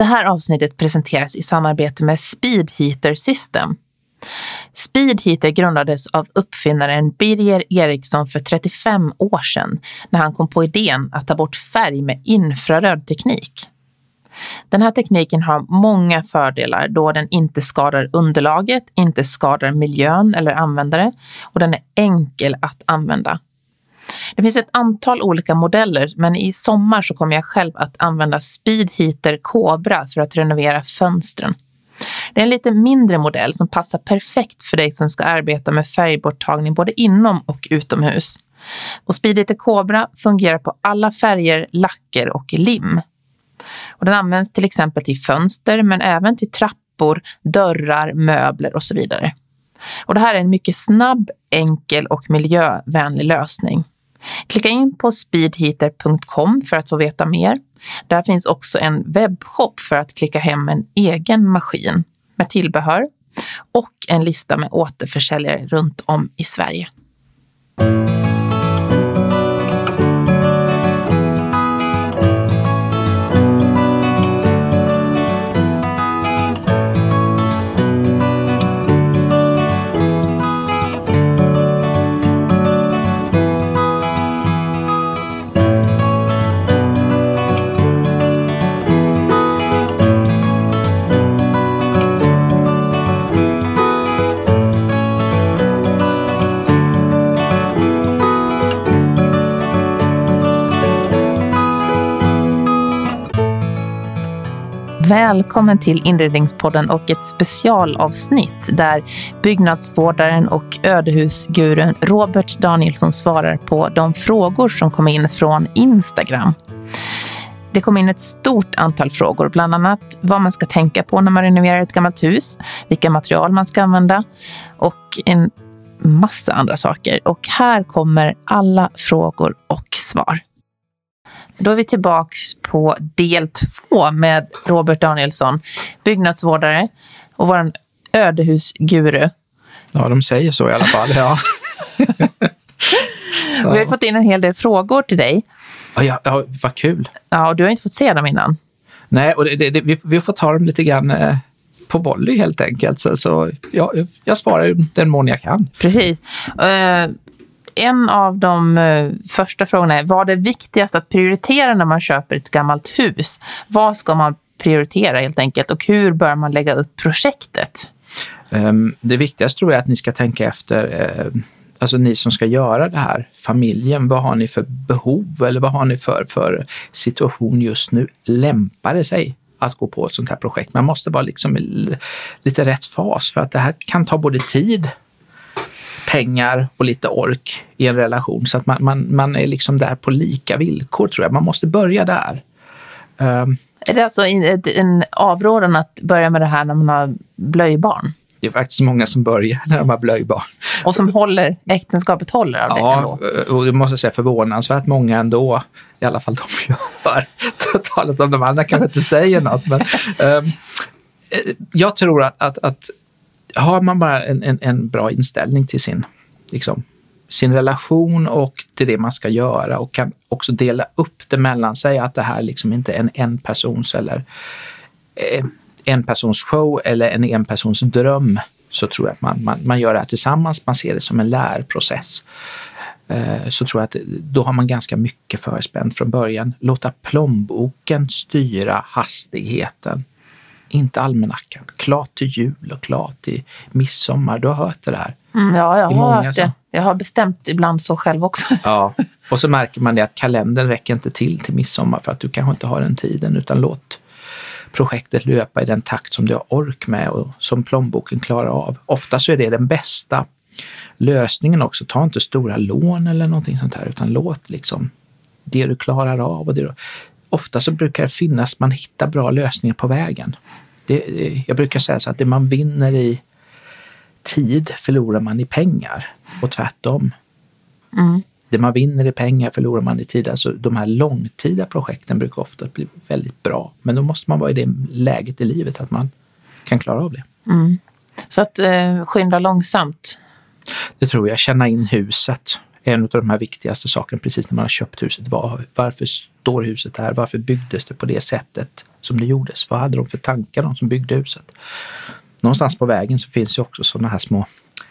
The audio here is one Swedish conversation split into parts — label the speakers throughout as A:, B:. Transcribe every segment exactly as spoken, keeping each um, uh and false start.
A: Det här avsnittet presenteras i samarbete med Speedheater System. Speedheater grundades av uppfinnaren Birger Eriksson för trettiofem år sedan när han kom på idén att ta bort färg med infraröd teknik. Den här tekniken har många fördelar då den inte skadar underlaget, inte skadar miljön eller användare och den är enkel att använda. Det finns ett antal olika modeller, men i sommar så kommer jag själv att använda Speedheater Cobra för att renovera fönstren. Det är en lite mindre modell som passar perfekt för dig som ska arbeta med färgborttagning både inom och utomhus. Och Speedheater Cobra fungerar på alla färger, lacker och lim. Och den används till exempel till fönster men även till trappor, dörrar, möbler och så vidare. Och det här är en mycket snabb, enkel och miljövänlig lösning. Klicka in på speedheater punkt com för att få veta mer. Där finns också en webbshop för att klicka hem en egen maskin med tillbehör och en lista med återförsäljare runt om i Sverige. Välkommen till Inredningspodden och ett specialavsnitt där byggnadsvårdaren och ödehusgurun Robert Danielsson svarar på de frågor som kom in från Instagram. Det kom in ett stort antal frågor, bland annat vad man ska tänka på när man renoverar ett gammalt hus, vilka material man ska använda och en massa andra saker. Och här kommer alla frågor och svar. Då är vi tillbaka på del två med Robert Danielsson, byggnadsvårdare och vår ödehusguru.
B: Ja, de säger så i alla fall, ja.
A: Vi har fått in en hel del frågor till dig.
B: Ja, ja, ja, vad kul.
A: Ja, och du har inte fått se dem innan.
B: Nej, och det, det, det, vi, vi får ta dem lite grann eh, på volley helt enkelt. Så, så ja, jag svarar den mån jag kan.
A: Precis. Uh, En av de uh, första frågorna är, vad är det viktigast att prioritera när man köper ett gammalt hus? Vad ska man prioritera helt enkelt och hur bör man lägga upp projektet?
B: Um, det viktigaste tror jag är att ni ska tänka efter, uh, alltså ni som ska göra det här, familjen, vad har ni för behov eller vad har ni för, för situation just nu? Lämpar det sig att gå på ett sånt här projekt? Man måste vara liksom i lite rätt fas för att det här kan ta både tid, pengar och lite ork i en relation så att man, man, man är liksom där på lika villkor tror jag. Man måste börja där. Um,
A: är det alltså en, en avrådan att börja med det här när man har blöjbarn?
B: Det är faktiskt många som börjar när de har blöjbarn.
A: Och som håller, äktenskapet håller av det
B: ja,
A: ändå? Ja,
B: och det måste jag säga förvånansvärt många ändå. I alla fall de jag hör. Talat om de andra kanske inte säger något. Men, um, jag tror att, att, att har man bara en, en, en bra inställning till sin, liksom, sin relation och till det man ska göra och kan också dela upp det mellan sig att det här liksom inte är en en persons eller eh, en persons show eller en en persons dröm, så tror jag att man, man, man gör det här tillsammans, man ser det som en lärprocess. Eh, så tror jag att då har man ganska mycket förspänt från början. Låta plånboken styra hastigheten. Inte almanackan. Klart till jul och klart till midsommar. Du har hört det där.
A: Mm, ja, jag har hört
B: så.
A: det. Jag har bestämt ibland så själv också.
B: Ja, och så märker man det att kalendern räcker inte till till midsommar för att du kanske inte har den tiden, utan låt projektet löpa i den takt som du har ork med och som plånboken klarar av. Ofta så är det den bästa lösningen också. Ta inte stora lån eller någonting sånt här, utan låt liksom det du klarar av och det du... Ofta så brukar det finnas, man hittar bra lösningar på vägen. Det, jag brukar säga så att det man vinner i tid förlorar man i pengar och tvärtom.
A: Mm.
B: Det man vinner i pengar förlorar man i tid. Alltså de här långtida projekten brukar ofta bli väldigt bra. Men då måste man vara i det läget i livet att man kan klara av det.
A: Mm. Så att eh, skynda långsamt.
B: Det tror jag. Känna in huset. En av de här viktigaste sakerna precis när man har köpt huset. Var, varför står huset här? Varför byggdes det på det sättet? som det gjordes? Vad hade de för tankar, de som byggde huset? Någonstans på vägen så finns ju också sådana här små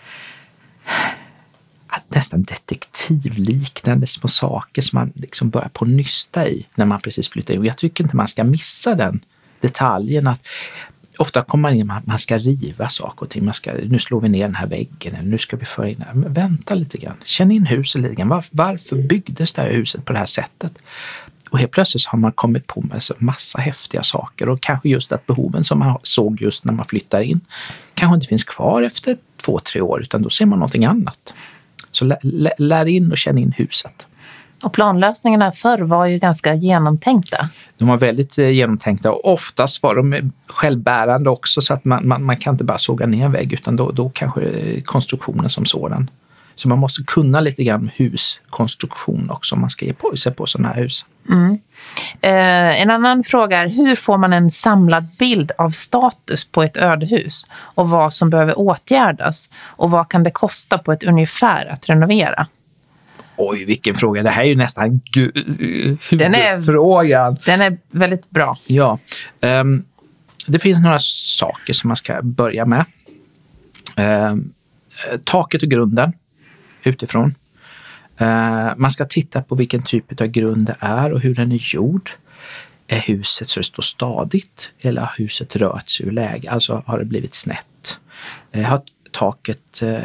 B: nästan detektivliknande små saker som man liksom börjar på nysta i när man precis flyttar in. Och jag tycker inte man ska missa den detaljen att ofta kommer man in att man ska riva saker och ting. Man ska, nu slår vi ner den här väggen eller nu ska vi föra in här. Men vänta lite grann. Känn in huset lite grann. Var, varför byggdes det här huset på det här sättet? Och helt plötsligt har man kommit på med så massa häftiga saker och kanske just att behoven som man såg just när man flyttar in kanske inte finns kvar efter två, tre år utan då ser man någonting annat. Så lär, lär, lär in och känn in huset.
A: Och planlösningarna förr var ju ganska genomtänkta.
B: De var väldigt eh, genomtänkta och oftast var de självbärande också så att man, man, man kan inte bara såga ner en vägg utan då, då kanske konstruktionen som sådan. Så man måste kunna lite grann huskonstruktion också om man ska ge på sig på sådana här hus.
A: Mm. Eh, en annan fråga är, hur får man en samlad bild av status på ett ödehus och vad som behöver åtgärdas och vad kan det kosta på ett ungefär att renovera?
B: Oj, vilken fråga. Det här är ju nästan gu-
A: den är,
B: huvudfrågan.
A: Den är väldigt bra.
B: Ja, um, det finns några saker som man ska börja med. Um, taket och grunden utifrån. Uh, man ska titta på vilken typ av grund det är och hur den är gjord. Är huset så det står stadigt eller har huset rört sig ur läge? Alltså har det blivit snett? Uh, har taket uh,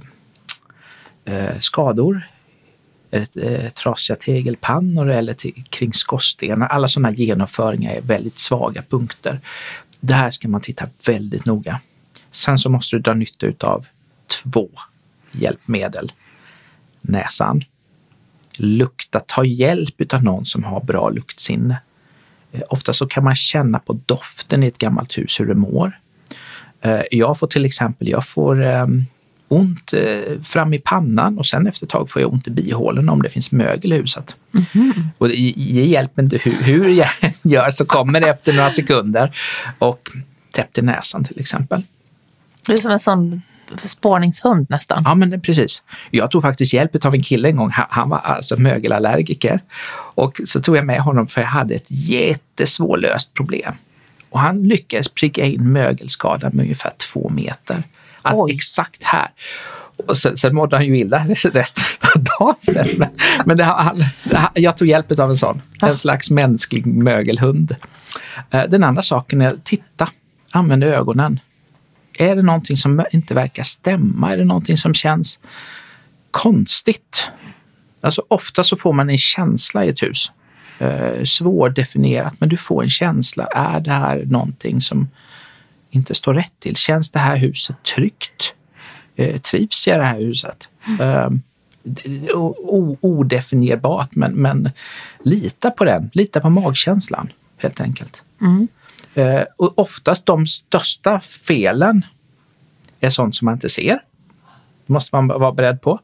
B: uh, skador? Är det uh, trasiga tegelpannor eller t- kring skorstenar? Alla sådana genomföringar är väldigt svaga punkter. Det här ska man titta väldigt noga. Sen så måste du dra nytta av två hjälpmedel. Näsan. Lukta, ta hjälp av någon som har bra luktsinne. Eh, ofta så kan man känna på doften i ett gammalt hus hur det mår. Eh, jag får till exempel, jag får eh, ont eh, fram i pannan och sen efter ett tag får jag ont i bihålen om det finns mögel i huset. Mm-hmm. Och det hjälper inte hur, hur jag gör så kommer det efter några sekunder. Och täppt i näsan till exempel.
A: Det är som en sån spårningshund nästan.
B: Ja, men precis. Jag tog faktiskt hjälp av en kille en gång. Han, han var alltså mögelallergiker. Och så tog jag med honom för jag hade ett jättesvårlöst problem. Och han lyckades pricka in mögelskadan med ungefär två meter. Att Oj. Exakt här. Och sen, sen mådde han ju illa resten av dagen sen. Men, men det, han, jag tog hjälp av en sån. En slags mänsklig mögelhund. Den andra saken är att titta. Använd ögonen. Är det någonting som inte verkar stämma? Är det någonting som känns konstigt? Alltså ofta så får man en känsla i ett hus. Eh, svårdefinierat, men du får en känsla. Är det här någonting som inte står rätt till? Känns det här huset tryggt? Eh, trivs jag i det här huset? Eh, o- odefinierbart, men, men lita på den. Lita på magkänslan, helt enkelt. Mm. Uh, och oftast de största felen är sånt som man inte ser. Det måste man vara beredd på.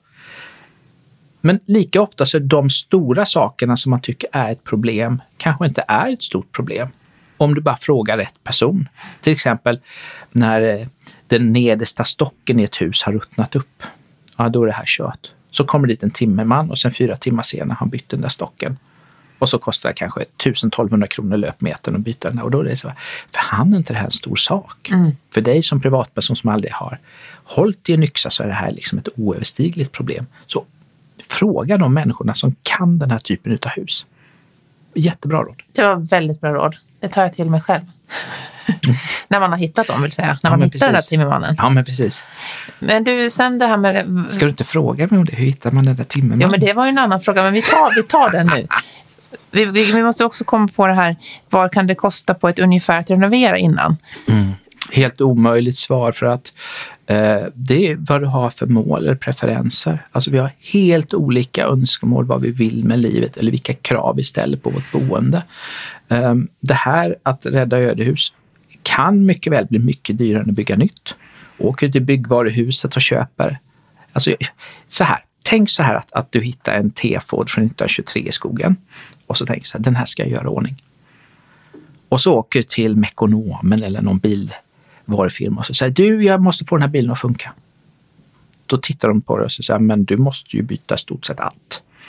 B: Men lika ofta så är de stora sakerna som man tycker är ett problem kanske inte är ett stort problem. Om du bara frågar rätt person. Till exempel när den nedersta stocken i ett hus har ruttnat upp. Ja, då är det här kört. Så kommer dit en timmerman och sen fyra timmar senare har han bytt den där stocken. Och så kostar det kanske tusen till tolvhundra kronor löpmetern att byta den. Och då är det så här, för han är inte det här en stor sak. Mm. För dig som privatperson som aldrig har hållit i en yxa så är det här liksom ett oöverstigligt problem. Så fråga de människorna som kan den här typen av hus. Jättebra råd.
A: Det var väldigt bra råd. Det tar jag till mig själv. Mm. När man har hittat dem vill säga. När man ja, hittar precis. Den där timmermannen.
B: Ja, men precis.
A: Men du, sen det här med...
B: Ska du inte fråga mig om det? Hur hittar man den där timmermannen?
A: Ja, men det var ju en annan fråga. Men vi tar, vi tar den nu. Vi, vi, vi måste också komma på det här. Vad kan det kosta på ett ungefär att renovera innan?
B: Mm. Helt omöjligt svar för att eh, det är vad du har för mål eller preferenser. Alltså vi har helt olika önskemål vad vi vill med livet eller vilka krav vi ställer på vårt boende. Eh, det här att rädda ödehus kan mycket väl bli mycket dyrare än att bygga nytt. Åker till byggvaruhuset och köper. Alltså så här. Tänk så här att, att du hittar en T-Ford från nittonhundratjugotre i skogen. Och så tänker du så här, den här ska jag göra ordning. Och så åker du till Mekonomen eller någon bilvarufirma och så säger du, jag måste få den här bilen att funka. Då tittar de på det och säger, men du måste ju byta stort sett allt.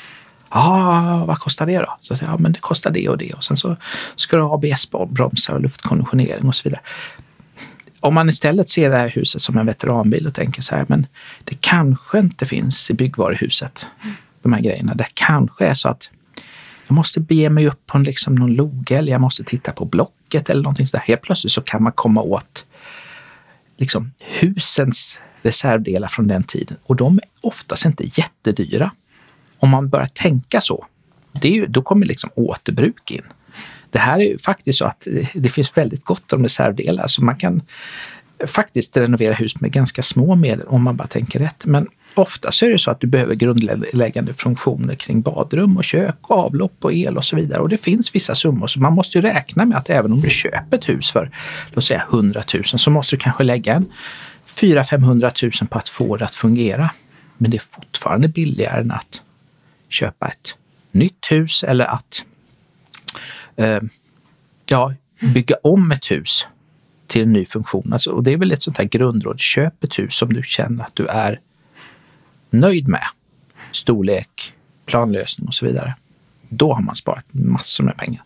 B: Ja, vad kostar det då? Så, ja, men det kostar det och det. Och sen så ska du ha A B S-bromsar och luftkonditionering och så vidare. Om man istället ser det här huset som en veteranbil och tänker så här, men det kanske inte finns i byggvaruhuset, mm. de här grejerna. Det kanske är så att jag måste bege mig upp på en, liksom, någon loge, eller jag måste titta på blocket eller någonting sådär. Helt plötsligt så kan man komma åt liksom, husens reservdelar från den tiden. Och de är oftast inte jättedyra. Om man börjar tänka så, det är ju, då kommer liksom återbruk in. Det här är ju faktiskt så att det finns väldigt gott om reservdelar, så man kan faktiskt renovera hus med ganska små medel om man bara tänker rätt. Men ofta så är det så att du behöver grundläggande funktioner kring badrum och kök och avlopp och el och så vidare. Och det finns vissa summor, så man måste ju räkna med att även om du köper ett hus för, låt säga hundratusen, så måste du kanske lägga en fyra till femhundratusen på att få det att fungera. Men det är fortfarande billigare än att köpa ett nytt hus eller att eh, ja, bygga om ett hus till en ny funktion. Alltså, och det är väl ett sånt här grundråd. Köp ett hus som du känner att du är nöjd med. Storlek, planlösning och så vidare. Då har man sparat massor med pengar.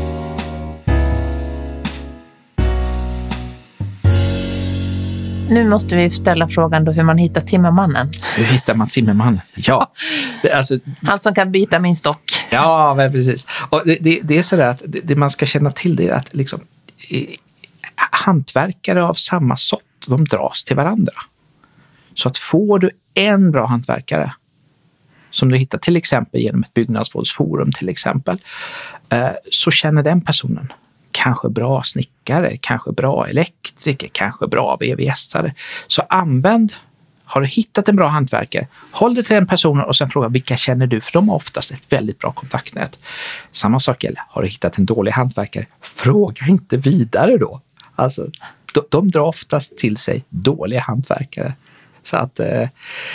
A: Nu måste vi ställa frågan då hur man hittar timmermannen.
B: Hur hittar man timmermannen? Ja. Det, alltså,
A: Han som kan byta min stock.
B: Ja, men precis. Och det, det, det är sådär att det, det man ska känna till, det är att liksom, eh, hantverkare av samma sort, de dras till varandra. Så att får du en bra hantverkare som du hittar till exempel genom ett byggnadsvårdsforum till exempel, eh, så känner den personen kanske bra snickare, kanske bra elektriker, kanske bra V V S-are. Så använd, har du hittat en bra hantverkare, håll dig till den personen och sen fråga vilka känner du, för de har oftast ett väldigt bra kontaktnät. Samma sak gäller, har du hittat en dålig hantverkare, fråga inte vidare då. Alltså, de, de drar oftast till sig dåliga hantverkare. Så att eh,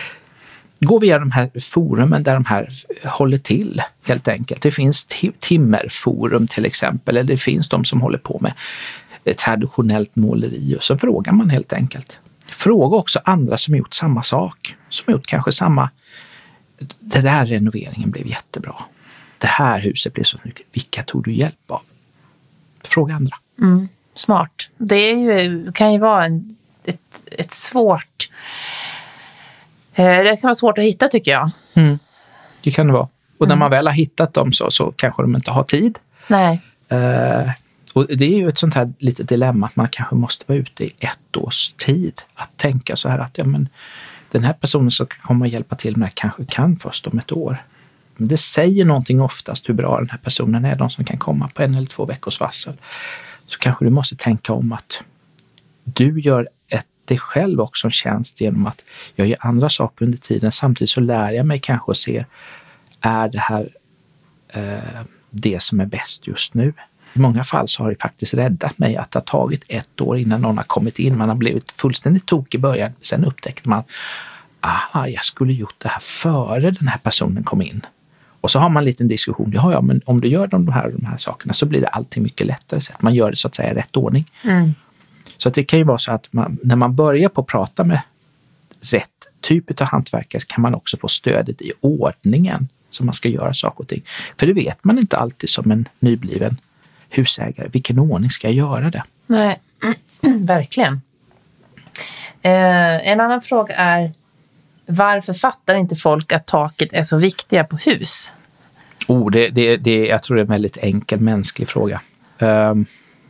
B: gå via de här forumen där de här håller till helt enkelt. Det finns t- timmerforum till exempel, eller det finns de som håller på med eh, traditionellt måleri, och så frågar man helt enkelt. Fråga också andra som gjort samma sak, som gjort kanske samma, det där renoveringen blev jättebra. Det här huset blev så snyggt. Vilka tog du hjälp av? Fråga andra.
A: Mm, smart. Det är ju, kan ju vara en, ett, ett svårt, eh, det kan vara svårt att hitta tycker jag. Mm.
B: Det kan det vara. Och mm. när man väl har hittat dem så, så kanske de inte har tid.
A: Nej.
B: Eh, och det är ju ett sånt här litet dilemma att man kanske måste vara ute i ett års tid att tänka så här att ja, men den här personen som kan komma och hjälpa till med det kanske kan först om ett år. Men det säger någonting oftast hur bra den här personen är, de som kan komma på en eller två veckors varsel. Så kanske du måste tänka om att du gör ett, dig själv också en tjänst genom att jag gör andra saker under tiden. Samtidigt så lär jag mig kanske och ser, är det här eh, det som är bäst just nu? I många fall så har det faktiskt räddat mig att det har tagit ett år innan någon har kommit in. Man har blivit fullständigt tok i början. Sen upptäckte man, aha, jag skulle gjort det här före den här personen kom in. Och så har man en liten diskussion. Ja, ja, men om du gör de här, de här sakerna så blir det alltid mycket lättare. Så att man gör det så att säga i rätt ordning. Mm. Så att det kan ju vara så att man, när man börjar på att prata med rätt typ av hantverkare så kan man också få stödet i ordningen som man ska göra saker och ting. För det vet man inte alltid som en nybliven husägare. Vilken ordning ska jag göra det?
A: Nej, verkligen. Eh, en annan fråga är, varför fattar inte folk att taket är så viktiga på hus?
B: Oh, det, det, det, jag tror det är en väldigt enkel mänsklig fråga. Um,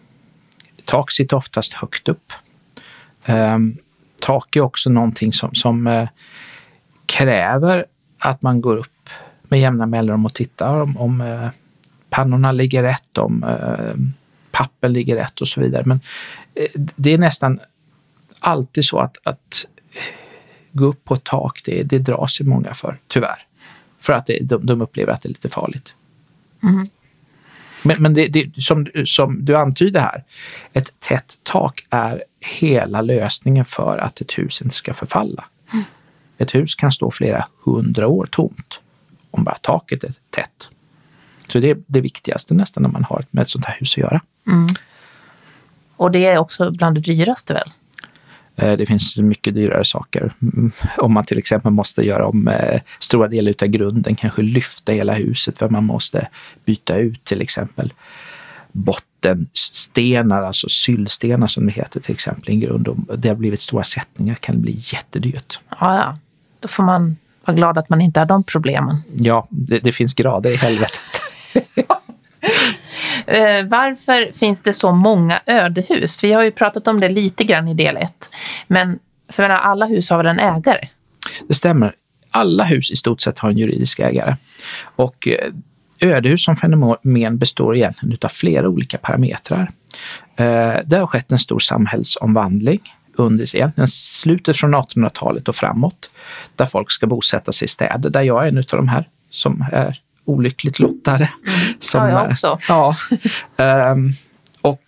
B: tak sitter oftast högt upp. Um, tak är också någonting som, som uh, kräver att man går upp med jämna mellanrum och tittar om, om uh, pannorna ligger rätt, om uh, pappen ligger rätt och så vidare. Men uh, det är nästan alltid så att, att gå upp på ett tak, det, det dras sig många för, tyvärr. För att det, de, de upplever att det är lite farligt. Mm. Men, men det, det, som, som du antyder här, ett tätt tak är hela lösningen för att ett hus inte ska förfalla. Mm. Ett hus kan stå flera hundra år tomt om bara taket är tätt. Så det är det viktigaste nästan när man har med ett sånt här hus att göra.
A: Mm. Och det är också bland det dyraste väl?
B: Det finns mycket dyrare saker. Om man till exempel måste göra om stora delar av grunden, kanske lyfta hela huset för man måste byta ut till exempel bottenstenar, alltså syllstenar som det heter till exempel i en grund. Om det har blivit stora sättningar kan det bli jättedyrt.
A: Ja, ja. Då får man vara glad att man inte har de problemen.
B: Ja, det, det finns grader i helvetet.
A: Eh, varför finns det så många ödehus? Vi har ju pratat om det lite grann i del ett. Men för alla hus har väl en ägare?
B: Det stämmer. Alla hus i stort sett har en juridisk ägare. Och eh, ödehus som fenomen består egentligen av flera olika parametrar. Eh, det har skett en stor samhällsomvandling under egentligen slutet från artonhundratalet och framåt. Där folk ska bosätta sig i städer. Där jag är en av de här som är olyckligt lottade.
A: Mm.
B: Som,
A: ja, jag också.
B: Ja. um, och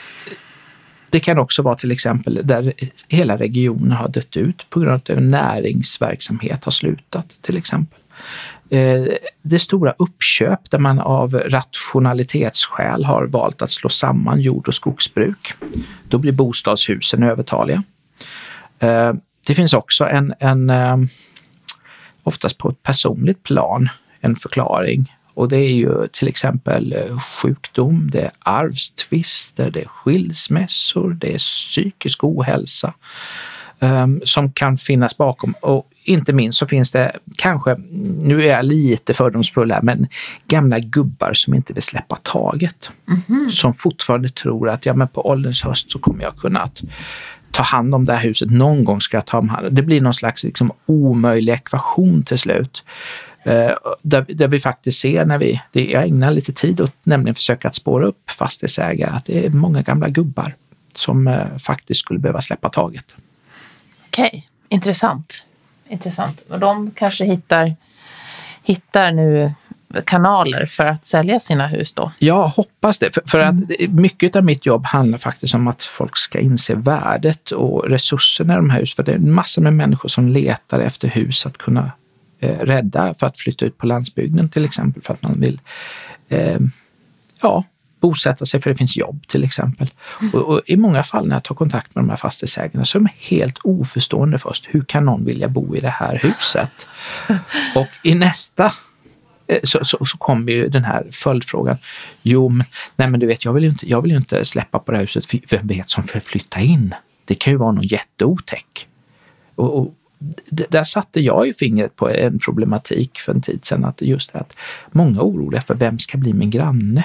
B: det kan också vara till exempel där hela regionen har dött ut på grund av att en näringsverksamhet har slutat till exempel. Uh, det är stora uppköp där man av rationalitetsskäl har valt att slå samman jord- och skogsbruk. Då blir bostadshusen övertaliga. Uh, det finns också en, en uh, oftast på ett personligt plan en förklaring. Och det är ju till exempel sjukdom, det är arvstvister, det är skilsmässor, det är psykisk ohälsa um, som kan finnas bakom. Och inte minst så finns det kanske, nu är jag lite fördomsfull här, men gamla gubbar som inte vill släppa taget. Mm-hmm. Som fortfarande tror att ja, men på ålderns höst så kommer jag kunna att ta hand om det här huset. Någon gång ska jag ta hand. Det blir någon slags liksom omöjlig ekvation till slut. Uh, där, där vi faktiskt ser när vi, det, jag ägnar lite tid åt nämligen försöka att spåra upp fastighetsägare att det är många gamla gubbar som uh, faktiskt skulle behöva släppa taget.
A: Okej, okay. Intressant. Intressant. Och de kanske hittar, hittar nu kanaler för att sälja sina hus då? Jag
B: hoppas det. För, för mm. att mycket av mitt jobb handlar faktiskt om att folk ska inse värdet och resurserna i de här husen. För det är en massa med människor som letar efter hus att kunna rädda för att flytta ut på landsbygden till exempel för att man vill eh, ja, bosätta sig för det finns jobb till exempel. Mm. Och, och i många fall när jag tar kontakt med de här fastighetsägarna så är de helt oförstående först. Hur kan någon vilja bo i det här huset? Och i nästa eh, så, så, så kommer ju den här följdfrågan. Jo, men, nej, men du vet, jag vill ju inte, jag vill ju inte släppa på det här huset för vem vet som får flytta in? Det kan ju vara någon jätteotäck. Och, och där satte jag ju fingret på en problematik för en tid sedan, att just det att många är oroliga för vem ska bli min granne.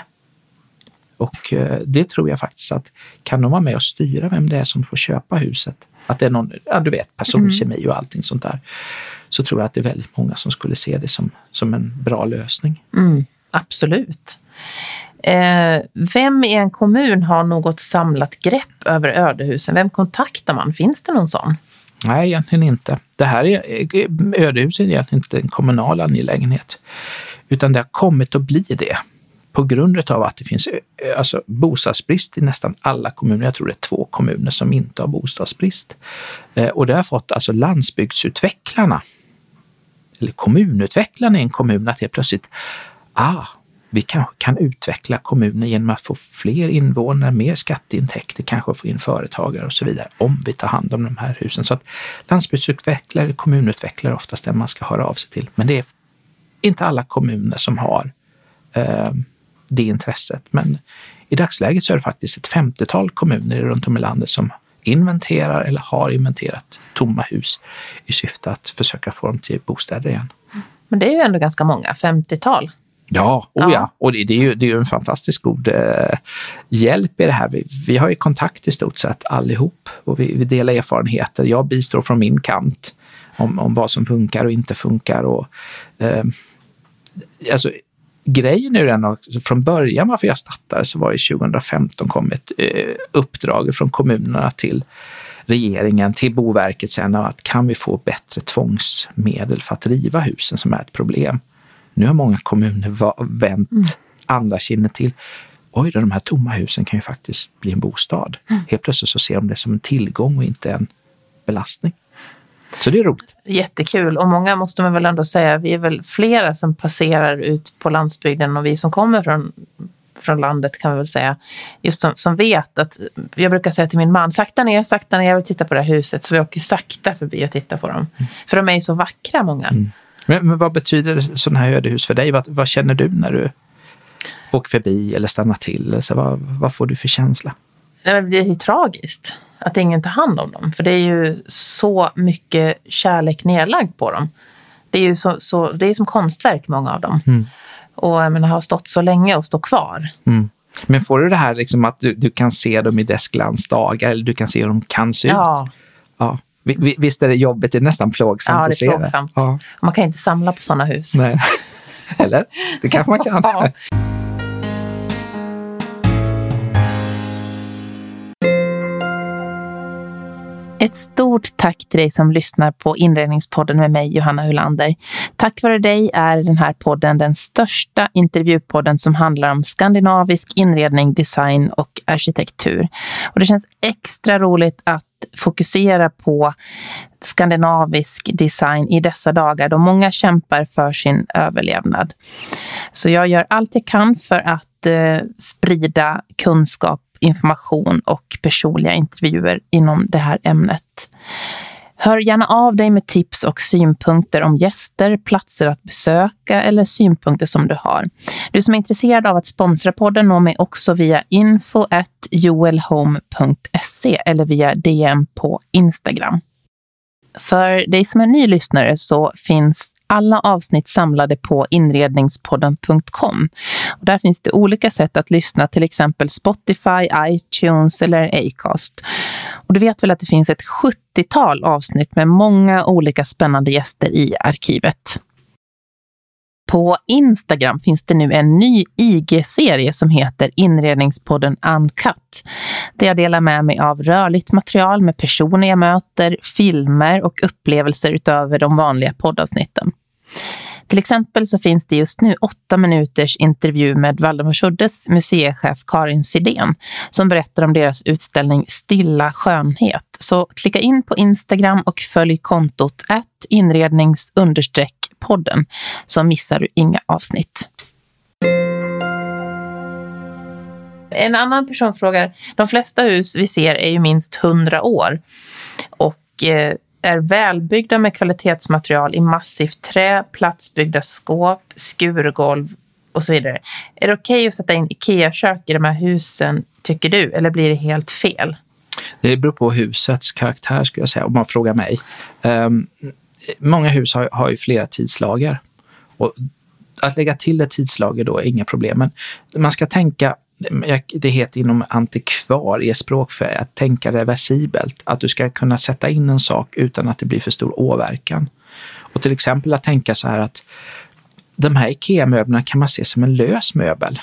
B: Och det tror jag faktiskt att kan de vara med och styra vem det är som får köpa huset, att det är någon, ja du vet, personkemi och allting sånt där, så tror jag att det är väldigt många som skulle se det som, som en bra lösning.
A: Mm, absolut. Eh, vem i en kommun har något samlat grepp över ödehusen? Vem kontaktar man? Finns det någon sån?
B: Nej, egentligen inte. Det här är, ödehus är egentligen inte en kommunal angelägenhet. Utan det har kommit att bli det. På grund av att det finns alltså, bostadsbrist i nästan alla kommuner. Jag tror det är två kommuner som inte har bostadsbrist. Eh, och det har fått alltså landsbygdsutvecklarna. Eller kommunutvecklarna i en kommun att helt plötsligt ah, vi kanske kan utveckla kommunen genom att få fler invånare, mer skatteintäkter, kanske få in företagare och så vidare om vi tar hand om de här husen. Så att landsbygdsutvecklare, kommunutvecklare oftast är man ska höra av sig till. Men det är inte alla kommuner som har eh, det intresset. Men i dagsläget så är det faktiskt ett femtiotal kommuner runt om i landet som inventerar eller har inventerat tomma hus i syfte att försöka få dem till bostäder igen.
A: Men det är ju ändå ganska många, femtiotal.
B: Ja, oh ja. Och det, det, är ju, det är ju en fantastisk god eh, hjälp i det här. Vi, vi har ju kontakt i stort sett allihop och vi, vi delar erfarenheter. Jag bistår från min kant om, om vad som funkar och inte funkar. Och, eh, alltså, grejen är den att från början varför jag startade så var det tjugohundrafemton kom ett eh, uppdrag från kommunerna till regeringen, till Boverket sen att kan vi få bättre tvångsmedel för att riva husen som är ett problem. Nu har många kommuner va- vänt mm. andra kinder till. Oj, de här tomma husen kan ju faktiskt bli en bostad. Mm. Helt plötsligt så ser de det som en tillgång och inte en belastning. Så det är roligt.
A: Jättekul. Och många måste man väl ändå säga, vi är väl flera som passerar ut på landsbygden och vi som kommer från från landet kan vi väl säga, just som, som vet att, jag brukar säga till min man, sakta ner, sakta ner, jag vill titta på det här huset, så vi åker sakta förbi och tittar på dem. Mm. För de är ju så vackra, många. Mm.
B: Men, men vad betyder sådana här ödehus för dig? Vad, vad känner du när du åker förbi eller stannar till? Så vad, vad får du för känsla?
A: Det är ju tragiskt att ingen tar hand om dem, för det är ju så mycket kärlek nedlagd på dem. Det är ju så, så, det är som konstverk, många av dem. Mm. Och jag menar, har stått så länge och står kvar. Mm.
B: Men får du det här liksom att du, du kan se dem i dess glansdagar, eller du kan se hur de kan se
A: ja.
B: ut? Ja. Visst är det jobbigt, det är nästan plågsamt
A: ja,
B: att se det.
A: Ja, det är plågsamt. Ja. Man kan inte samla på sådana hus.
B: Nej. Eller? Det kanske man kan. Ja.
A: Ett stort tack till dig som lyssnar på Inredningspodden med mig, Johanna Ulander. Tack vare dig är den här podden den största intervjupodden som handlar om skandinavisk inredning, design och arkitektur. Och det känns extra roligt att fokusera på skandinavisk design i dessa dagar då många kämpar för sin överlevnad. Så jag gör allt jag kan för att eh, sprida kunskap, information och personliga intervjuer inom det här ämnet. Hör gärna av dig med tips och synpunkter om gäster, platser att besöka eller synpunkter som du har. Du som är intresserad av att sponsra podden når mig också via info at joelhome punkt se eller via D M på Instagram. För dig som är ny lyssnare så finns alla avsnitt samlade på inredningspodden punkt com. Och där finns det olika sätt att lyssna, till exempel Spotify, iTunes eller Acast. Och du vet väl att det finns ett sjuttiotal avsnitt med många olika spännande gäster i arkivet. På Instagram finns det nu en ny I G-serie som heter Inredningspodden Uncut. Där jag delar med mig av rörligt material med personer jag möter, filmer och upplevelser utöver de vanliga poddavsnitten. Till exempel så finns det just nu åtta minuters intervju med Valdemarsuddes museichef Karin Sidén som berättar om deras utställning Stilla skönhet. Så klicka in på Instagram och följ kontot at inrednings understreck podden så missar du inga avsnitt. En annan person frågar, de flesta hus vi ser är ju minst hundra år och eh, är välbyggda med kvalitetsmaterial i massivt trä, platsbyggda skåp, skurgolv och så vidare. Är det okej att sätta in IKEA-kök i de här husen, tycker du? Eller blir det helt fel?
B: Det beror på husets karaktär, skulle jag säga, om man frågar mig. Um, många hus har, har ju flera tidslager. Och att lägga till ett tidslager då är inga problem. Men man ska tänka, det heter inom antikvariespråk för att tänka reversibelt. Att du ska kunna sätta in en sak utan att det blir för stor åverkan. Och till exempel att tänka så här att de här IKEA-möblerna kan man se som en lös möbel.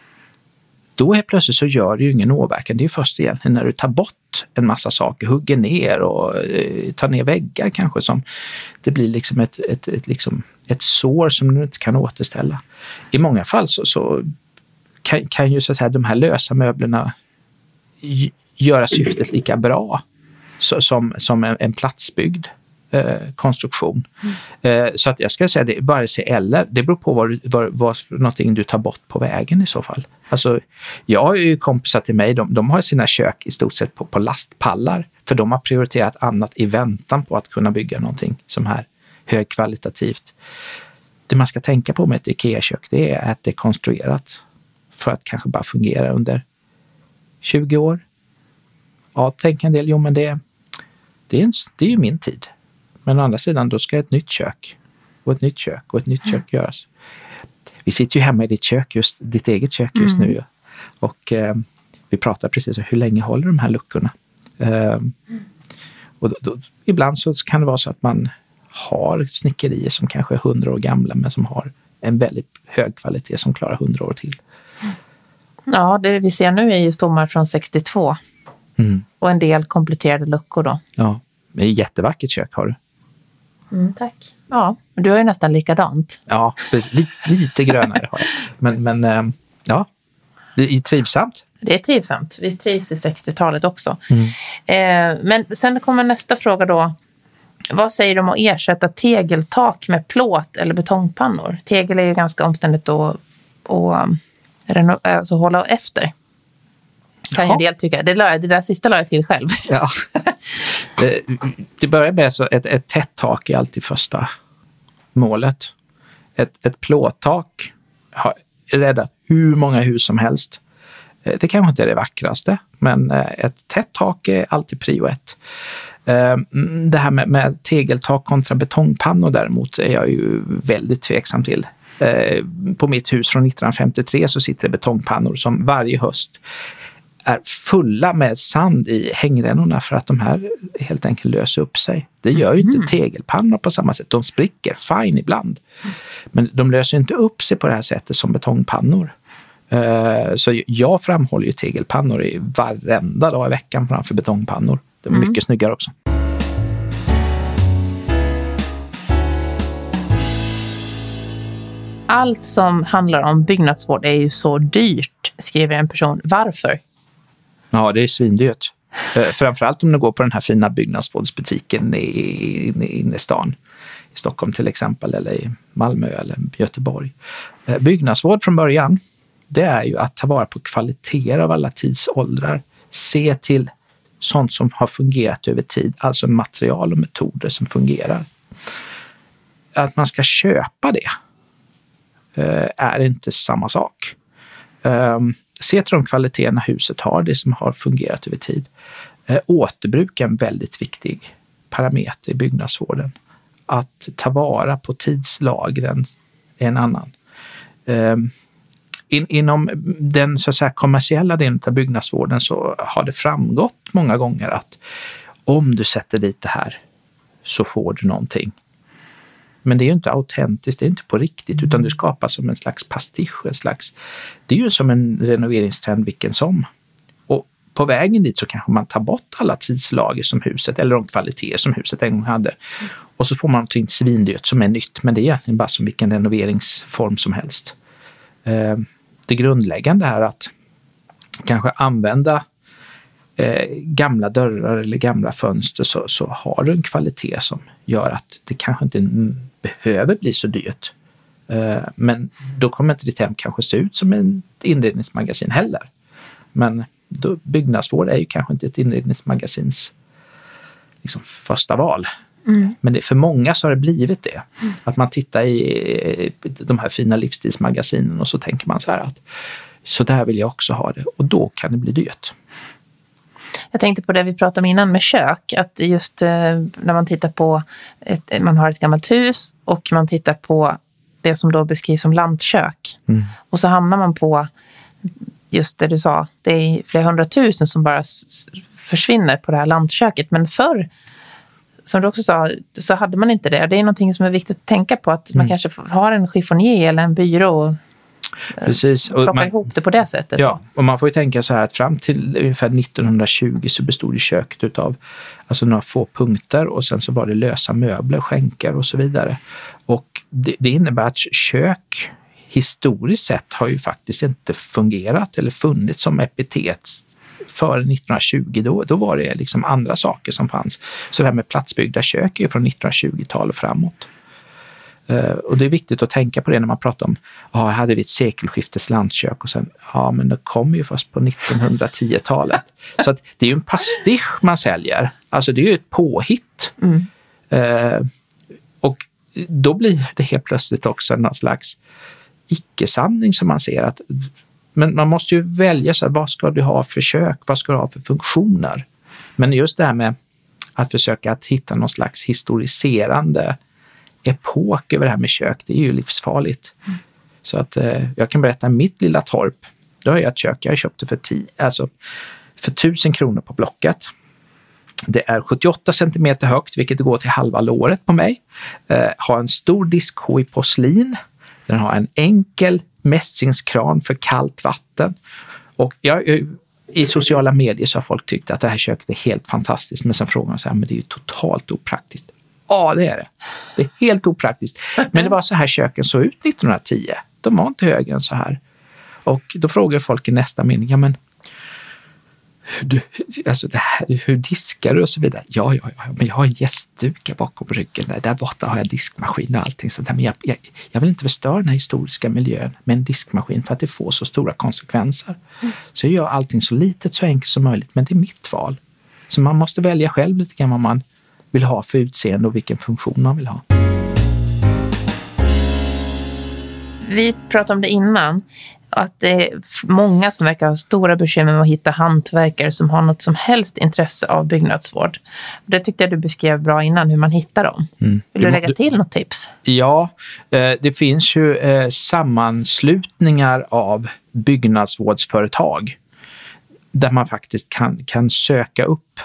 B: Då är plötsligt så gör det ju ingen åverkan. Det är först egentligen när du tar bort en massa saker, hugger ner och eh, tar ner väggar kanske, som det blir liksom ett, ett, ett, liksom ett sår som du inte kan återställa. I många fall så, så kan, kan ju så att säga de här lösa möblerna g- göra syftet lika bra så, som, som en, en platsbyggd eh, konstruktion. Mm. Eh, så att jag ska säga det, vare sig eller, det beror på vad, vad, vad någonting du tar bort på vägen i så fall. Alltså, jag har ju kompisar till mig, de, de har sina kök i stort sett på, på lastpallar, för de har prioriterat annat i väntan på att kunna bygga någonting som här högkvalitativt. Det man ska tänka på med ett IKEA-kök, det är att det är konstruerat för att kanske bara fungera under tjugo år. Ja, tänk en del, jo men det, det, är, en, det är ju min tid. Men å andra sidan, då ska ett nytt kök och ett nytt kök och ett nytt kök göras. Vi sitter ju hemma i ditt kök, just ditt eget kök just mm. nu. Och eh, vi pratar precis om hur länge håller de här luckorna. Eh, mm. Och då, då, ibland så kan det vara så att man har snickerier som kanske är hundra år gamla men som har en väldigt hög kvalitet som klarar hundra år till.
A: Ja, det vi ser nu är ju stommar från sextiotvå. Mm. Och en del kompletterade luckor då.
B: Ja, det är ett jättevackert kök har du.
A: Mm, tack. Ja, men du har ju nästan likadant.
B: Ja, lite, lite grönare har jag. Men, men ja, det är trivsamt.
A: Det är trivsamt. Vi trivs i sextiotalet också. Mm. Eh, men sen kommer nästa fråga då. Vad säger du om att ersätta tegeltak med plåt eller betongpannor? Tegel är ju ganska omständigt att, att reno- alltså hålla efter. Kan ju en del tycka. Det, la, det där sista la jag till själv.
B: Ja. Det, det börjar med så ett, ett tätt tak är alltid första målet. Ett, ett plåttak har räddat hur många hus som helst. Det kanske inte är det vackraste, men ett tätt tak är alltid prio ett. Det här med, med tegeltak kontra betongpannor däremot är jag ju väldigt tveksam till. På mitt hus från nittonhundrafemtiotre så sitter det betongpannor som varje höst är fulla med sand i hängrännorna för att de här helt enkelt löser upp sig. Det gör ju inte mm. tegelpannor på samma sätt. De spricker, fine ibland. Men de löser inte upp sig på det här sättet som betongpannor. Uh, så jag framhåller ju tegelpannor i varenda dag i veckan framför betongpannor. Det är mycket mm. snyggare också.
A: Allt som handlar om byggnadsvård är ju så dyrt, skriver en person. Varför?
B: Ja, det är svindyrt. Framförallt om du går på den här fina byggnadsvårdsbutiken inne i stan. I Stockholm till exempel, eller i Malmö eller Göteborg. Byggnadsvård från början, det är ju att ta vara på kvaliteter av alla tidsåldrar. Se till sånt som har fungerat över tid, alltså material och metoder som fungerar. Att man ska köpa det är inte samma sak. Se till de kvaliteterna huset har, det som har fungerat över tid. Återbruk är en väldigt viktig parameter i byggnadsvården. Att ta vara på tidslagren är en annan. In, inom den så att säga, kommersiella delen av byggnadsvården så har det framgått många gånger att om du sätter dit det här så får du någonting. Men det är ju inte autentiskt, det är inte på riktigt, utan du skapar som en slags pastisch, en slags, det är ju som en renoveringstrend vilken som. Och på vägen dit så kanske man tar bort alla tidslager som huset, eller de kvaliteter som huset en gång hade. Och så får man någonting svindyrt som är nytt, men det är egentligen bara som vilken renoveringsform som helst. Det grundläggande är att kanske använda Eh, gamla dörrar eller gamla fönster så, så har du en kvalitet som gör att det kanske inte m- behöver bli så dyrt. Eh, men då kommer inte ditt hem kanske se ut som en inredningsmagasin heller. Men då, byggnadsvård är ju kanske inte ett inredningsmagasins liksom, första val. Mm. Men det, för många så har det blivit det. Mm. Att man tittar i de här fina livsstilsmagasinen och så tänker man så här att så där vill jag också ha det. Och då kan det bli dyrt.
A: Jag tänkte på det vi pratade om innan med kök. Att just eh, när man tittar på, ett, man har ett gammalt hus och man tittar på det som då beskrivs som lantkök. Mm. Och så hamnar man på just det du sa. Det är flera hundratusen som bara s- försvinner på det här lantköket. Men förr, som du också sa, så hade man inte det. Det är någonting som är viktigt att tänka på. Att mm. man kanske har en chiffonier eller en byrå och
B: precis. Och
A: plockar
B: man,
A: ihop det på det sättet.
B: Ja, och man får ju tänka så här att fram till ungefär nittonhundratjugo så bestod ju köket utav alltså några få punkter och sen så var det lösa möbler, skänker och så vidare. Och det, det innebär att kök historiskt sett har ju faktiskt inte fungerat eller funnits som epitet före nittonhundratjugo. Då, då var det liksom andra saker som fanns. Så det här med platsbyggda kök är ju från nittonhundratjugotalet framåt. Uh, och det är viktigt att tänka på det när man pratar om ja, ah, hade vi ett sekelskiftes lantkök och sen, ja ah, men det kom ju först på nittonhundratiotalet. Så att det är ju en pastisch man säljer. Alltså det är ju ett påhitt. Mm. Uh, och då blir det helt plötsligt också någon slags icke-sanning som man ser. Att, men man måste ju välja så här, vad ska du ha för kök? Vad ska du ha för funktioner? Men just det här med att försöka att hitta någon slags historiserande epok över det här med kök, det är ju livsfarligt. Mm. Så att eh, jag kan berätta mitt lilla torp. Då har jag ett kök, jag köpte för tio, alltså för tusen kronor på Blocket. Det är sjuttioåtta centimeter högt, vilket går till halva låret på mig. Eh, har en stor diskho i porslin. Den har en enkel mässingskran för kallt vatten. Och jag, i sociala medier så har folk tyckt att det här köket är helt fantastiskt. Men sen frågar man så här, men det är ju totalt opraktiskt. Ja, det är det. Det är helt opraktiskt. Men det var så här köken såg ut nittonhundratio. De var inte högre än så här. Och då frågar folk i nästa mening, ja men du, alltså det här, hur diskar du och så vidare? Ja, ja, ja, men jag har en gästduka bakom ryggen. Där, där borta har jag diskmaskin och allting sånt där. Men jag, jag, jag vill inte förstöra den här historiska miljön med en diskmaskin för att det får så stora konsekvenser. Mm. Så jag gör allting så litet, så enkelt som möjligt, men det är mitt val. Så man måste välja själv lite grann vad man vill ha för utseende och vilken funktion man vill ha.
A: Vi pratade om det innan, att det är många som verkar ha stora bekymmer med att hitta hantverkare som har något som helst intresse av byggnadsvård. Det tyckte jag du beskrev bra innan, hur man hittar dem. Mm. Vill du lägga till något tips?
B: Ja, det finns ju sammanslutningar av byggnadsvårdsföretag där man faktiskt kan, kan söka upp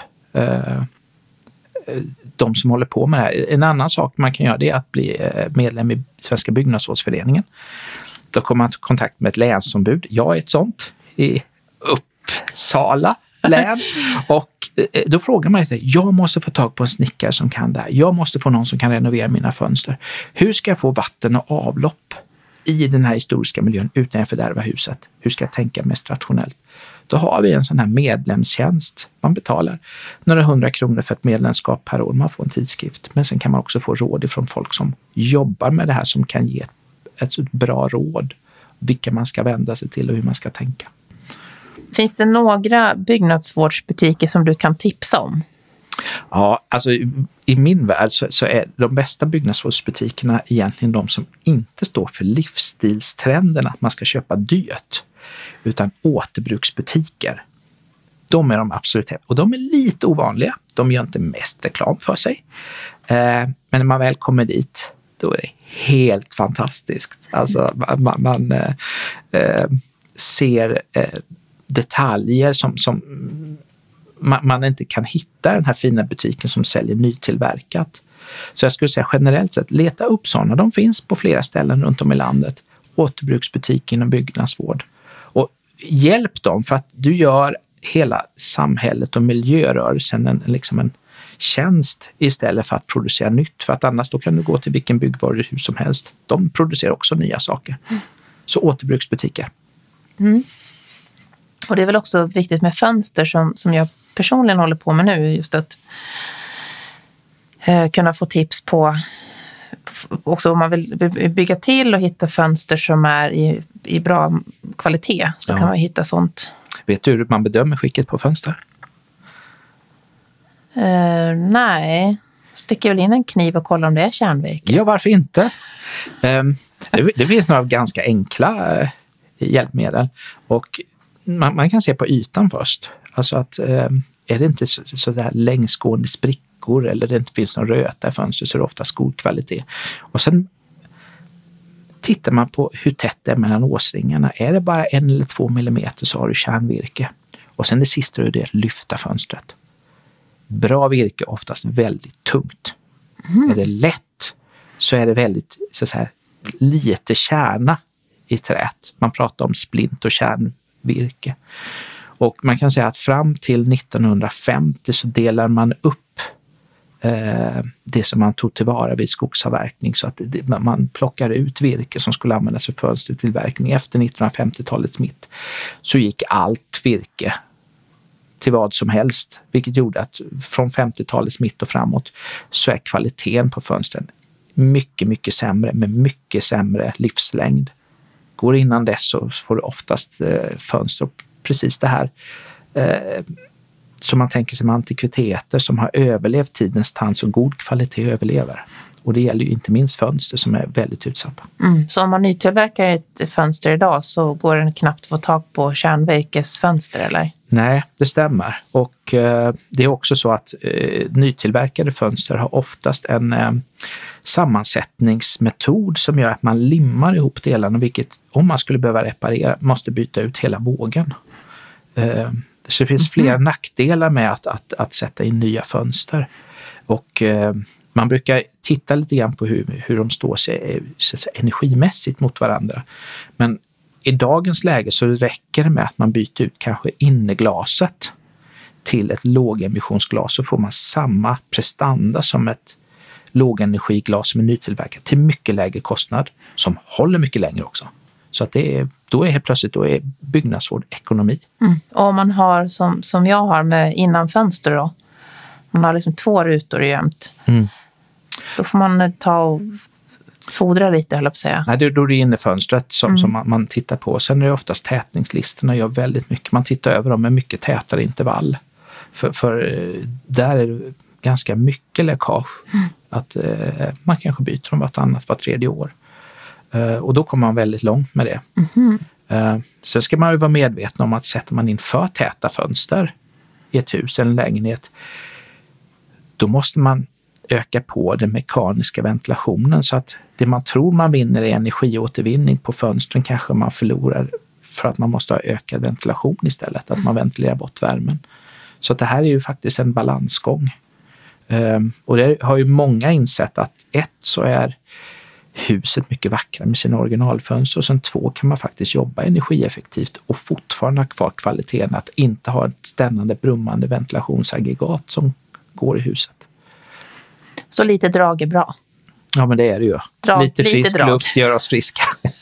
B: de som håller på med det här. En annan sak man kan göra, det är att bli medlem i Svenska byggnadsvårdsföreningen. Då kommer man i kontakt med ett länsombud. Jag är ett sånt i Uppsala län. Och då frågar man sig, jag måste få tag på en snickare som kan det här. Jag måste få någon som kan renovera mina fönster. Hur ska jag få vatten och avlopp i den här historiska miljön utan att fördärva huset? Hur ska jag tänka mest rationellt? Då har vi en sån här medlemstjänst. Man betalar några hundra kronor för ett medlemskap per år. Man får en tidskrift. Men sen kan man också få råd ifrån folk som jobbar med det här, som kan ge ett bra råd. Vilka man ska vända sig till och hur man ska tänka.
A: Finns det några byggnadsvårdsbutiker som du kan tipsa om?
B: Ja, alltså i min värld så, så är de bästa byggnadsvårdsbutikerna egentligen de som inte står för livsstilstrenden att man ska köpa dyrt, utan återbruksbutiker. De är de absolut, och de är lite ovanliga. De gör inte mest reklam för sig. Eh, men när man väl kommer dit, då är det helt fantastiskt. Alltså man, man eh, ser eh, detaljer som, som man, man inte kan hitta i den här fina butiken som säljer nytillverkat. Så jag skulle säga generellt sett, leta upp sådana. De finns på flera ställen runt om i landet. Återbruksbutik inom byggnadsvård. Och hjälp dem, för att du gör hela samhället och miljörörelsen en, liksom en tjänst istället för att producera nytt. För att annars då kan du gå till vilken byggvaruhus som helst. De producerar också nya saker. Mm. Så återbruksbutiker.
A: Mm. Och det är väl också viktigt med fönster som, som jag personligen håller på med nu. Just att eh, kunna få tips på också om man vill bygga till och hitta fönster som är i, i bra kvalitet. Så ja. Kan man hitta sånt.
B: Vet du hur man bedömer skicket på fönster?
A: Uh, nej. Sticker väl in en kniv och kollar om det är kärnvirke.
B: Ja, varför inte? Um, det, det finns några ganska enkla uh, hjälpmedel. Och man, man kan se på ytan först. Alltså att um, är det inte så, så där längsgående sprickor eller det inte finns någon röta i fönstret, så är det ofta god kvalitet. Och sen tittar man på hur tätt det är mellan åsringarna. Är det bara en eller två millimeter så har du kärnvirke. Och sen det sista är det att lyfta fönstret. Bra virke är oftast väldigt tungt. Mm. Är det lätt så är det väldigt så här, lite kärna i träet. Man pratar om splint och kärnvirke. Och man kan säga att fram till nittonhundrafemtio så delar man upp eh, det som man tog tillvara vid skogsavverkning, så att det, man plockar ut virke som skulle användas för fönstertillverkning. Efter nittonhundrafemtiotalets mitt så gick allt virke till vad som helst, vilket gjorde att från femtiotalets mitt och framåt så är kvaliteten på fönstren mycket, mycket sämre, med mycket sämre livslängd. Går innan dess så får du oftast eh, fönster, precis det här eh, som man tänker sig med antikviteter som har överlevt tidens tand, så god kvalitet överlever. Och det gäller ju inte minst fönster som är väldigt utsatta.
A: Mm. Så om man nytillverkar ett fönster idag så går det knappt att få tag på kärnvirkesfönster, eller?
B: Nej, det stämmer. Och eh, det är också så att eh, nytillverkade fönster har oftast en eh, sammansättningsmetod som gör att man limmar ihop delarna, vilket om man skulle behöva reparera måste byta ut hela vågen. Eh, så det finns flera mm. nackdelar med att, att, att sätta in nya fönster. Och eh, man brukar titta lite grann på hur, hur de står sig energimässigt mot varandra. Men i dagens läge så räcker det med att man byter ut kanske innerglaset till ett lågemissionsglas, så får man samma prestanda som ett lågenergiglas som är nytillverkat till mycket lägre kostnad, som håller mycket längre också. Så att det är, då är helt plötsligt då är byggnadsvård ekonomi.
A: Mm. Och om man har som, som jag har med innanfönster då, man har liksom två rutor jämt. Mm. Då får man ta och fodra lite, höll jag på att säga.
B: Nej, då är det innerfönstret som, mm. som man, man tittar på. Sen är det oftast tätningslistorna gör väldigt mycket. Man tittar över dem med mycket tätare intervall. För, för där är det ganska mycket läckage. Mm. Att eh, man kanske byter dem vartannat, var tredje år. Uh, och då kommer man väldigt långt med det. Mm. Uh, sen ska man ju vara medveten om att sätter man in för täta fönster i ett hus eller en lägenhet, då måste man öka på den mekaniska ventilationen så att det man tror man vinner i energiåtervinning på fönstren kanske man förlorar för att man måste ha ökad ventilation istället, att man ventilerar bort värmen. Så att det här är ju faktiskt en balansgång. Uh, och det har ju många insett att ett så är huset mycket vackrare med sina originalfönster och sen två kan man faktiskt jobba energieffektivt och fortfarande ha kvar kvaliteten att inte ha ett stännande brummande ventilationsaggregat som går i huset.
A: Så lite drag är bra?
B: Ja, men det är det ju.
A: Drag,
B: lite frisk
A: lite
B: luft gör oss friska.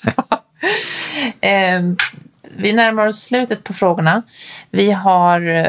A: eh, vi närmar oss slutet på frågorna. Vi har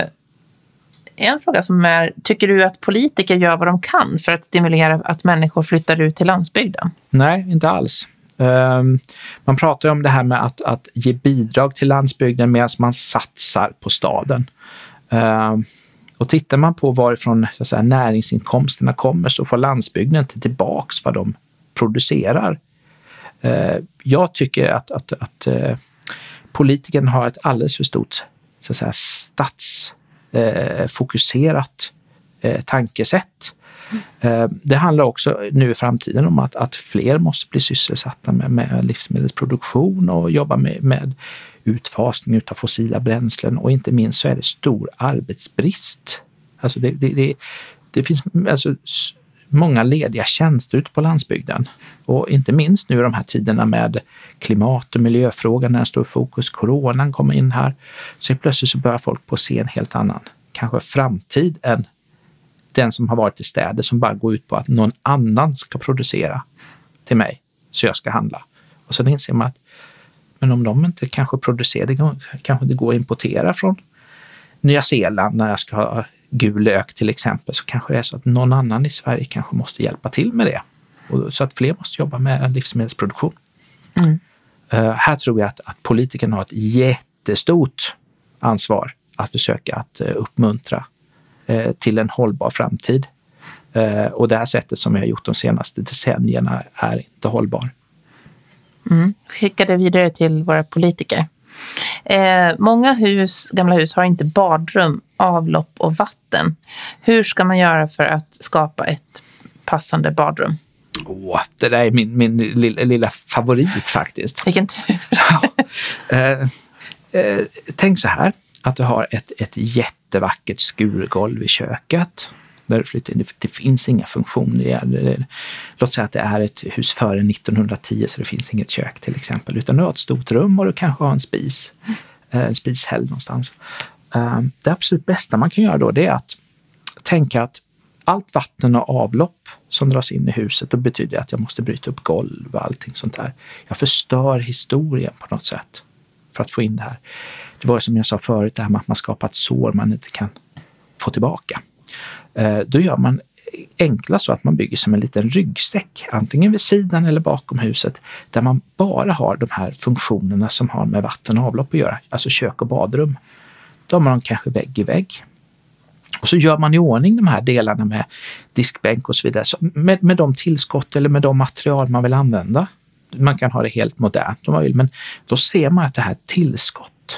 A: en fråga som är, tycker du att politiker gör vad de kan för att stimulera att människor flyttar ut till landsbygden?
B: Nej, inte alls. Um, man pratar ju om det här med att, att ge bidrag till landsbygden medan man satsar på staden. Um, och tittar man på varifrån så att säga, näringsinkomsterna kommer så får landsbygden inte tillbaks vad de producerar. Uh, jag tycker att, att, att uh, politikern har ett alldeles för stort så att säga, stats Eh, fokuserat eh, tankesätt. Eh, det handlar också nu i framtiden om att, att fler måste bli sysselsatta med, med livsmedelsproduktion och jobba med, med utfasning av fossila bränslen och inte minst så är det stor arbetsbrist. Alltså det, det, det, det finns alltså många lediga tjänster ute på landsbygden och inte minst nu i de här tiderna med klimat- och miljöfrågan när det står i fokus, coronan kommer in här, så plötsligt så börjar folk på se en helt annan kanske framtid än den som har varit i städer som bara går ut på att någon annan ska producera till mig så jag ska handla. Och så inser man att men om de inte kanske producerar, det kanske det går att importera från Nya Zeeland när jag ska ha gul lök till exempel, så kanske det är så att någon annan i Sverige kanske måste hjälpa till med det. Och så att fler måste jobba med livsmedelsproduktion. Mm. Uh, här tror jag att, att politikerna har ett jättestort ansvar att försöka att uh, uppmuntra uh, till en hållbar framtid. Uh, och det här sättet som vi har gjort de senaste decennierna är inte hållbar.
A: Mm. Skicka det vidare till våra politiker. Eh, många hus, gamla hus har inte badrum, avlopp och vatten. Hur ska man göra för att skapa ett passande badrum?
B: Åh, det där är min, min lilla, lilla favorit faktiskt.
A: Vilken tur.
B: Ja. Eh, eh, tänk så här, att du har ett, ett jättevackert skurgolv i köket. Där du flyttar in. Det, det finns inga funktioner. Det, det, låt säga att det är ett hus före nittonhundratio så det finns inget kök till exempel. Utan du har ett stort rum och du kanske har en spis. En spishäll någonstans. Det absolut bästa man kan göra då det är att tänka att allt vatten och avlopp som dras in i huset då betyder att jag måste bryta upp golv och allting sånt där. Jag förstör historien på något sätt för att få in det här. Det var som jag sa förut, det här med att man skapar ett sår man inte kan få tillbaka. Då gör man enklast så att man bygger som en liten ryggsäck, antingen vid sidan eller bakom huset, där man bara har de här funktionerna som har med vatten och avlopp att göra, alltså kök och badrum. Då har man kanske vägg i vägg. Och så gör man i ordning de här delarna med diskbänk och så vidare, så med, med de tillskott eller med de material man vill använda. Man kan ha det helt modernt om man vill, men då ser man att det här tillskott,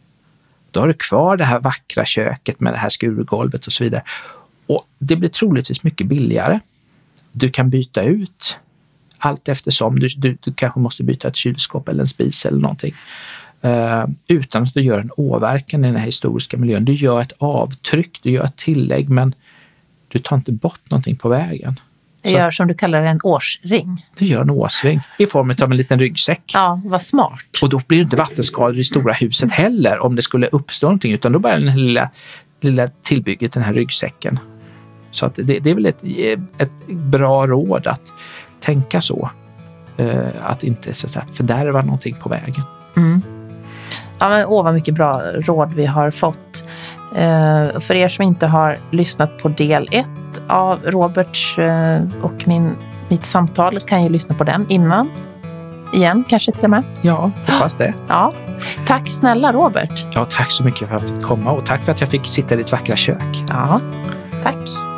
B: då har du kvar det här vackra köket med det här skurgolvet och så vidare. Och det blir troligtvis mycket billigare. Du kan byta ut allt eftersom. Du, du, du kanske måste byta ett kylskåp eller en spis eller någonting. Uh, utan att du gör en åverkan i den här historiska miljön. Du gör ett avtryck, du gör ett tillägg men du tar inte bort någonting på vägen.
A: Det gör som du kallar en årsring.
B: Du gör en årsring i form av en liten ryggsäck.
A: Ja, vad smart.
B: Och då blir det inte vattenskador i stora huset heller om det skulle uppstå någonting, utan då bara den lilla, lilla tillbygget, den här ryggsäcken. Så att det, det är väl ett, ett bra råd att tänka så. eh, att inte så att säga, fördärva någonting på vägen.
A: Mm. Ja, men åh vad mycket bra råd vi har fått. Eh, för er som inte har lyssnat på del ett av Roberts eh, och min, mitt samtal kan ju lyssna på den innan. Igen, kanske till och med.
B: Ja, hoppas det.
A: Ja. Tack snälla Robert.
B: Ja, tack så mycket för att jag fick komma och tack för att jag fick sitta i ditt vackra kök.
A: Ja, tack.